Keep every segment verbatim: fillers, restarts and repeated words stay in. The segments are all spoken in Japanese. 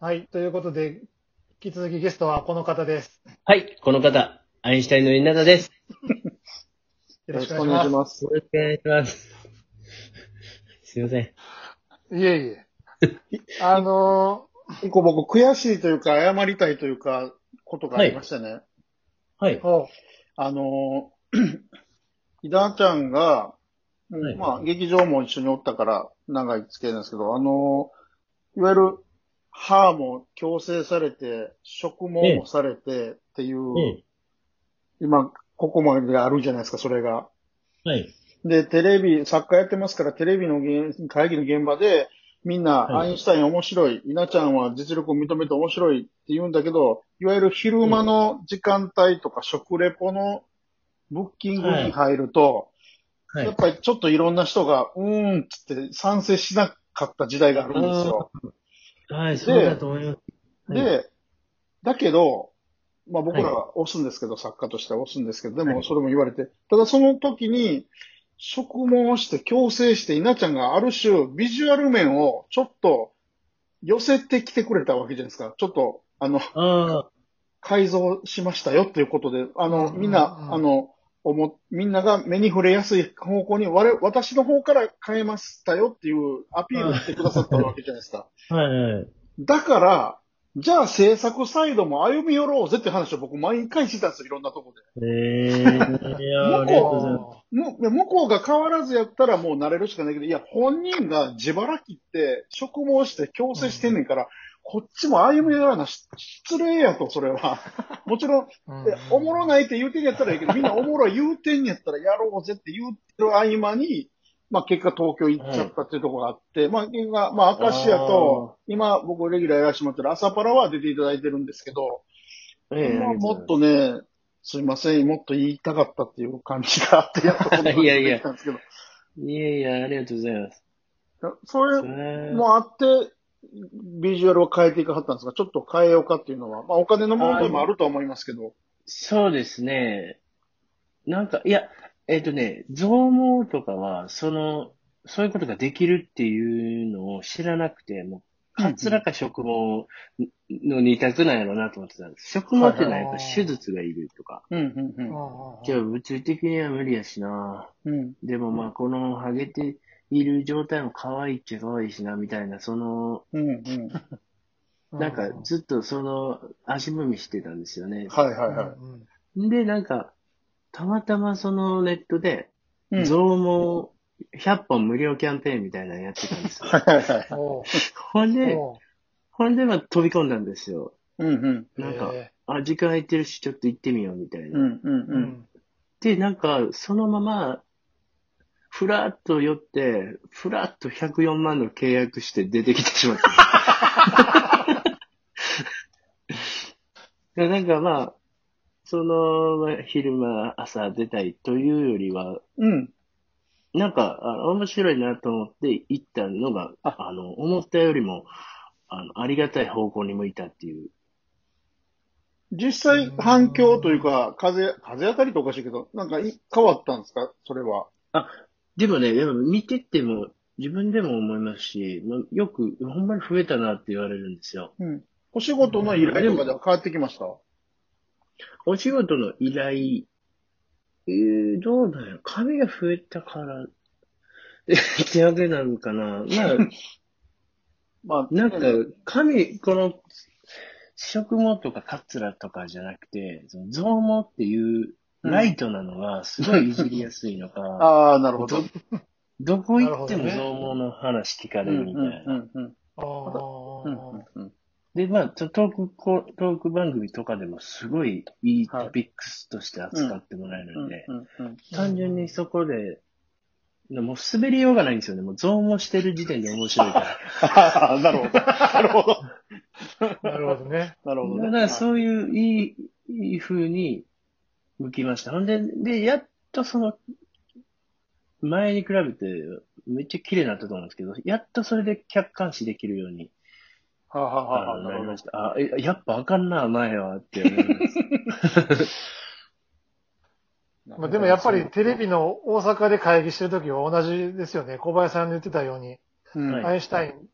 はい。ということで、引き続きゲストはこの方です。 はい。この方、アインシュタインの稲田です。 よろしくお願いします。 よろしくお願いします。すいません。 いえいえ。あのー、一個僕悔しいというか、謝りたいというか、ことがありましたね。 はい。 はい。 あのー、井田ちゃんが、はい、まあ、劇場も一緒におったから長い付き合いなんですけど、あのー、いわゆる、歯も矯正されて、植毛もされてっていう、ええ、今、ここまであるじゃないですか、それが。 はい。 で、テレビ、作家やってますから、テレビの会議の現場で、みんな、アインシュタイン面白い、稲ちゃんは実力を認めて面白いって言うんだけど、いわゆる昼間の時間帯とか食レポのブッキングに入ると、はいはい、やっぱりちょっといろんな人が、うーんっつって賛成しなかった時代があるんですよ。 はい、そうだと思います。 はい、で、だけど、まあ僕らは押すんですけど、はい、作家としては押すんですけど、でもそれも言われて、ただその時に、植毛して矯正して稲ちゃんがある種ビジュアル面をちょっと寄せてきてくれたわけじゃないですか。ちょっと、あの、 あ改造しましたよっていうことで、あの、みんな、あの、思みんなが目に触れやすい方向に、我私の方から変えましたよっていうアピールしてくださったわけじゃないですか。 はいはい。 だから、じゃあ制作サイドも歩み寄ろうぜって話を僕毎回してたんですよ、いろんなとこで。 へー。いや向こう、向こうが変わらずやったらもう慣れるしかないけど、いや、本人が自腹切って植毛して矯正してんねんから、うん、こっちも歩み寄らな失礼やと、それは。もちろん、おもろないって言うてんやったらいいけど、みんなおもろい言うてんやったらやろうぜって言うてる合間に、まあ結果東京行っちゃったっていうところがあって、はい、まあ結果、まあ明石家と、今僕レギュラーやらせてもらってる朝パラは出ていただいてるんですけど、ええ、まあもっとね、すいません、もっと言いたかったっていう感じがあって、やっとこんな感じでできたんですけど。 いやいや、ありがとうございます。 それもあって、ビジュアルを変えていかはったんですが、ちょっと変えようかっていうのは、まあお金の問題もあるとは思いますけど。 そうですね。なんか、いや、えっとね、増毛とかは、その、そういうことができるっていうのを知らなくて、もう、かつらか植毛の二択なんやろうなと思ってたんです。植毛ってのはやっぱ手術がいるとか。 うんうんうん。 じゃあ物理的には無理やしな。うん、でもまあ、このハゲている状態も可愛いっちゃ可愛いしな、みたいな、その、うんうん、なんかずっとその足踏みしてたんですよね。 はいはいはい。 で、なんか、たまたまそのネットで、増毛ひゃっぽん無料キャンペーンみたいなのやってたんですよ。 はいはいはい。 ほんで、ほんでまあ飛び込んだんですよ。 うんうん。 なんか、あ、時間空いてるし、ちょっと行ってみようみたいな。 うんうんうん。 で、なんか、そのまま、ふらっと寄って、ふらっとひゃくよんまんの契約して出てきてしまった。なんかまあ、その、昼間、朝出たいというよりは、 うん。 なんか、あ面白いなと思って行ったのが、ああの、思ったよりも、あの、ありがたい方向に向いたっていう。 実際、反響というか、風、風当たりとおかしいけど、なんか変わったんですかそれは。 あ、でもね、でも見てても、自分でも思いますし、よく、ほんまに増えたなって言われるんですよ。 うん。お仕事の依頼とかでは変わってきました？ お仕事の依頼、えー、どうだよ。髪が増えたから、ってわけなのかな。まあ、まあ、なんか、髪、この、植毛とかカツラとかじゃなくて、その増毛っていうライトなのがすごいいじりやすいのか。 ああ、なるほど。 ど、どこ行っても増毛の話聞かれるみたいな。で、まあ、トーク、トーク番組とかでもすごいいいトピックスとして扱ってもらえるんで、単純にそこで、もう滑りようがないんですよね。もう増毛してる時点で面白いから。 なるほど。なるほど。 なるほどね。 なるほどね。 だからそういういい、いい風に向きました。ほんで、で、やっとその、前に比べてめっちゃ綺麗になったと思うんですけど、やっとそれで客観視できるように、 はあ、はあはあ、なりました。あ、やっぱあかんな、前はって思います。 まあでもやっぱりテレビの大阪で会議してるときは同じですよね。小林さんの言ってたように、うん、アインシュタイン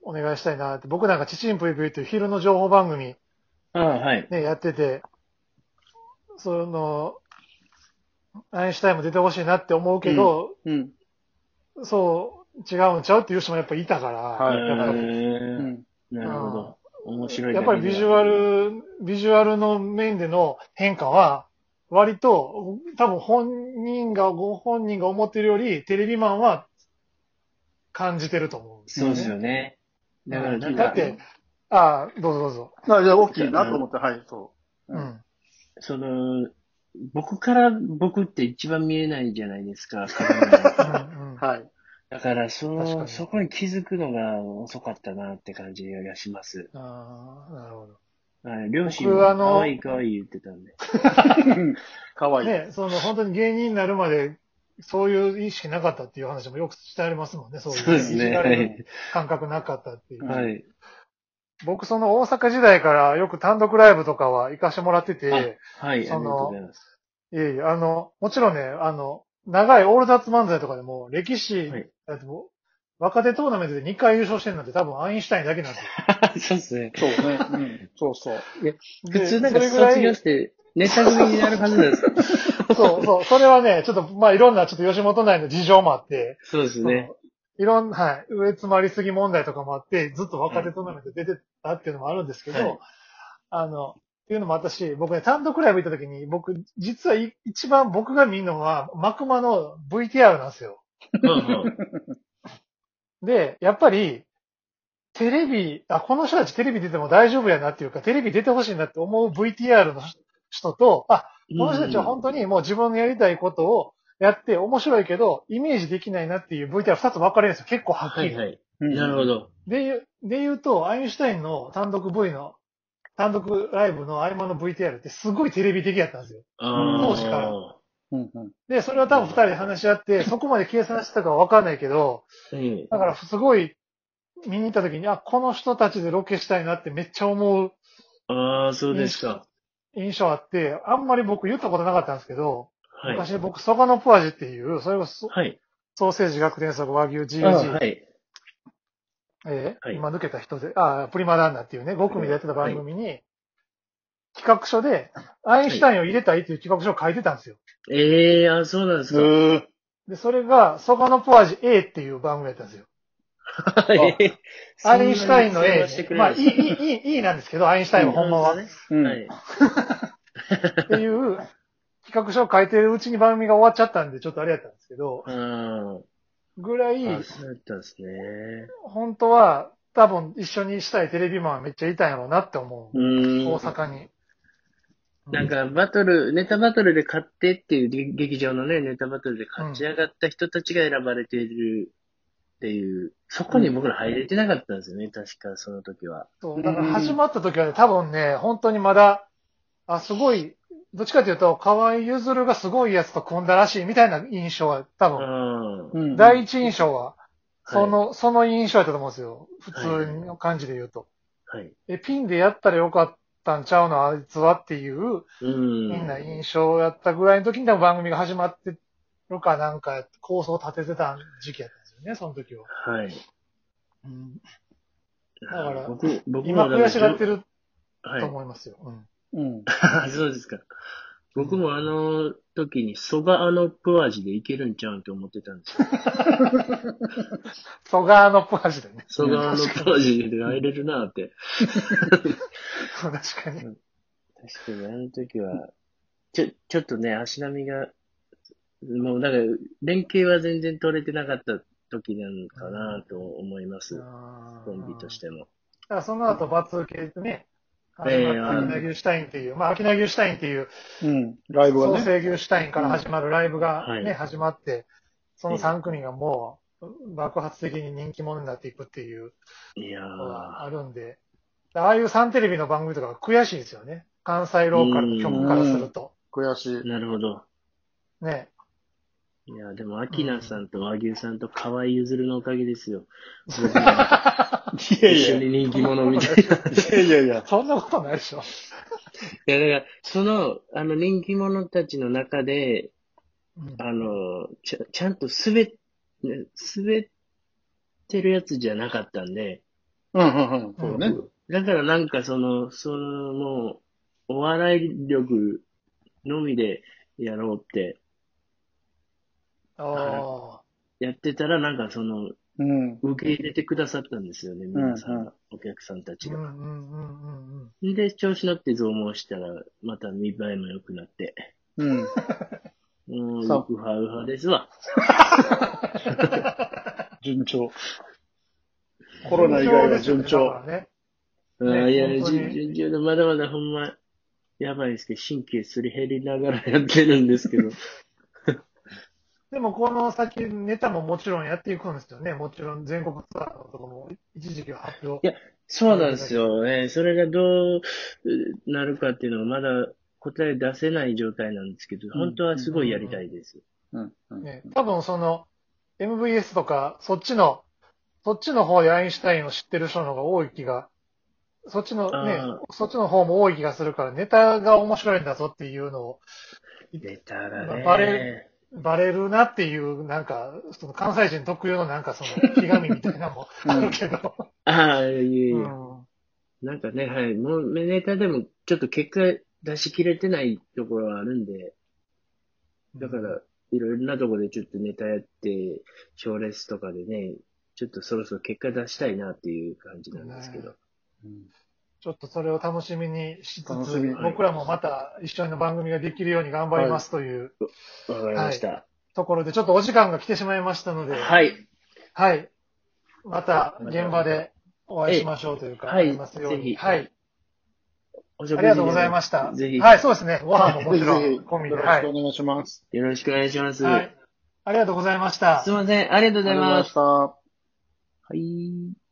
お願いしたいなって。僕なんかチチンプイプイという昼の情報番組ああ、はい。 ね、やってて、その、アインシュタインも出てほしいなって思うけど、 うん。 そう、違うんちゃうっていう人もやっぱいたから、 はいやっぱり、 へうーん。 なるほど。面白いやだけでは。 っぱりビジュアル、ビジュアルの面での変化は、割と、多分本人が、ご本人が思ってるより、テレビマンは感じてると思うんですそうですよね。 よね。だから、 うんなんか、 だって、ああ、どうぞどうぞ。 あじゃあ、大きいなと思って、はい、そうう。 ん。 その、僕から僕って一番見えないじゃないですか、鏡うのんうんはい。 だから、その、 確かにそこに気づくのが遅かったなって感じがします。 ああ、なるほど。 はい、両親僕、あも可の、 愛い可愛い言ってたんで。 かわいい。 ね、その本当に芸人になるまで、そういう意識なかったっていう話もよくしてありますもんね、そういう。 そうですねいじられる感覚なかったっていう。 はい。 僕、その大阪時代からよく単独ライブとかは行かしてもらってて、 あはい、ありそがとうございの、 ます。 いえいえ、あの、もちろんね、あの、長いオールダッツ漫才とかでも、歴史、 はいだってもう若手トーナメントでにかい優勝してるのって多分アインシュタインだけなんですよ。 そうですね。 そうね。うん。そうそう。 普通なんかでそれぐらい卒業してネタ組になるはずなんです。 そうそう、それはね、ちょっと、まあいろんなちょっと吉本内の事情もあって、 そうですね。 そのいろんな、はい、上詰まりすぎ問題とかもあって、ずっと若手トーナメント出てたっていうのもあるんですけど、 はいあの、っていうのもあったし、僕ね、単独ライブ行った時に、僕、実はい一番僕が見るのは、マクマの ブイティーアール なんですよ。 うんうんで、やっぱり、テレビ、あ、この人たちテレビ出ても大丈夫やなっていうか、テレビ出てほしいなって思う ブイティーアール の人と、あ、この人たちは本当にもう自分のやりたいことをやって面白いけど、イメージできないなっていう ブイティーアールふたつ分かれるんですよ。結構はっきり。 はいはい。 うんなるほど。 で言う、で言うと、アインシュタインの単独 V の、単独ライブの合間の ブイティーアール ってすごいテレビ的やったんですよ。 あ当時からあ。 うんうん。 で、それは多分二人で話し合って、そこまで計算してたかは分かんないけど、 うん。 だからすごい見に行った時に、あ、この人たちでロケしたいなってめっちゃ思うああ、そうですか。 印象あって、あんまり僕言ったことなかったんですけど、 はい。 昔僕、ソガノプアジっていう、それこそはい。 ソーセージ学天作和牛あジーユージー、 はい。 えーはい今抜けた人で、あ、プリマダンナっていうね、ご組でやってた番組に、企画書で、アインシュタインを入れたいっていう企画書を書いてたんですよ。 ええー、あ、そうなんですか。 へーで、それが、ソガノプアジ A っていう番組やったんですよ。 えーアインシュタインの A してくね。まあ、 れるんですいい、いい、いい、いいなんですけど、アインシュタインはほんまは。 ねうんはい。 っていう企画書を書いてるうちに番組が終わっちゃったんで、ちょっとあれやったんですけど、 あぐらいあ、、そうやったんですね。 本当は多分一緒にしたいテレビマンはめっちゃいたんやろうなって思う。 うーん。 大阪に。 なんか、バトル、ネタバトルで勝ってっていう劇劇場のね、ネタバトルで勝ち上がった人たちが選ばれているっていう、そこに僕ら入れてなかったんですよね、確かその時は。 そう、だから始まった時はね、多分ね、本当にまだ、あ、すごい、どっちかというと、河合ゆずるがすごいやつと組んだらしいみたいな印象は、多分、 あうん第一印象は、そはの、その印象やったと思うんですよ。普通の感じで言うと。 い。はい。 え、ピンでやったらよかったんちゃうの、あいつはっていう、 うん。 みんな印象やったぐらいの時に多分番組が始まってるかなんか構想を立ててた時期やったんですよね、その時は。 はい。 うん、だから僕、僕今もだから悔しがってるはいと。思いますよ。うんうん。 そうですか。僕もあの時にソガアノプアジでいけるんちゃうんって思ってたんですよ。 ソガーのプアジでね。 ソガアノプアジで入れるなって。 確かに。 確かにあの時は、ちょ、ちょっとね、足並みが、もうだから、連携は全然取れてなかった時なのかなと思います。コンビとしても。 だからその後、バツ受けでね、始ええまったアキナギューシュタインっていう、まあ、アキナギューシュタインっていう、 うん。ライブ創がね。 生牛シュタインから始まるライブがね、 はい始まって、そのさん組がもう爆発的に人気者になっていくっていういやのがあー。 るんで、ああいうサンテレビの番組とかが悔しいですよね。関西ローカルの曲からすると。 悔しい。 なるほど。 ね。 いや、でも、アキナさんと和牛さんと河合ゆずるのおかげですよ。僕がいやいや。 一緒に人気者みたいな。 いやいやいや。 そんなことないでしょ。 いや、だから、その、あの、人気者たちの中で、 うんあの、ちゃ、ちゃんと滑っ、ね滑ってるやつじゃなかったんで、 うんうんうん。そうね。 だからなんかその、そのもう、お笑い力のみでやろうって、 ああ。 やってたらなんかその、 うん。 受け入れてくださったんですよね、皆さんが、お客さんたちが。 うんうんうんうんで、調子乗って増毛したら、また見栄えも良くなって。 うん。 もう、 そうウハウハですわ。 順調。コロナ以外は順調。 ね、 ああ、いや、順順調で、まだまだほんま、やばいですけど、神経すり減りながらやってるんですけど。 でも、この先、ネタももちろんやっていくんですよね。もちろん、全国ツアーのところも、一時期は発表。 いや、そうなんですよね。それがどうなるかっていうのは、まだ答え出せない状態なんですけど、本当はすごいやりたいです。 ね、多分、その、エムブイエス とか、そっちの、そっちの方でアインシュタインを知ってる人の方が多い気が、そっちのね、そっちの方も多い気がするから、ネタが面白いんだぞっていうのを、 ネタがね、 バレ、バレるなっていう、なんか、その関西人特有のなんかその、ひがみみたいなのもあるけど。 ああ、いやいや、うん、なんかね、はい、もうネタでもちょっと結果出し切れてないところはあるんで、だから、いろいろなところでちょっとネタやって、賞レースとかでね、ちょっとそろそろ結果出したいなっていう感じなんですけど。 うん、ちょっとそれを楽しみにしつつ、僕らもまた一緒の番組ができるように頑張りますという。 わ、はい、かりました、はい。 ところで、ちょっとお時間が来てしまいましたので。 はい。 はい。また現場でお会いしましょうというか、 はい。 ますように。 ぜひ。 はい。 ありがとうございました。 ぜひ。 はい、そうですね。ご飯ももちろん込みで。 よろしくお願いします。 よろしくお願いします。 はい。ありがとうございました。 すいません。ありがとうございます。 ありがとうございました。 はい。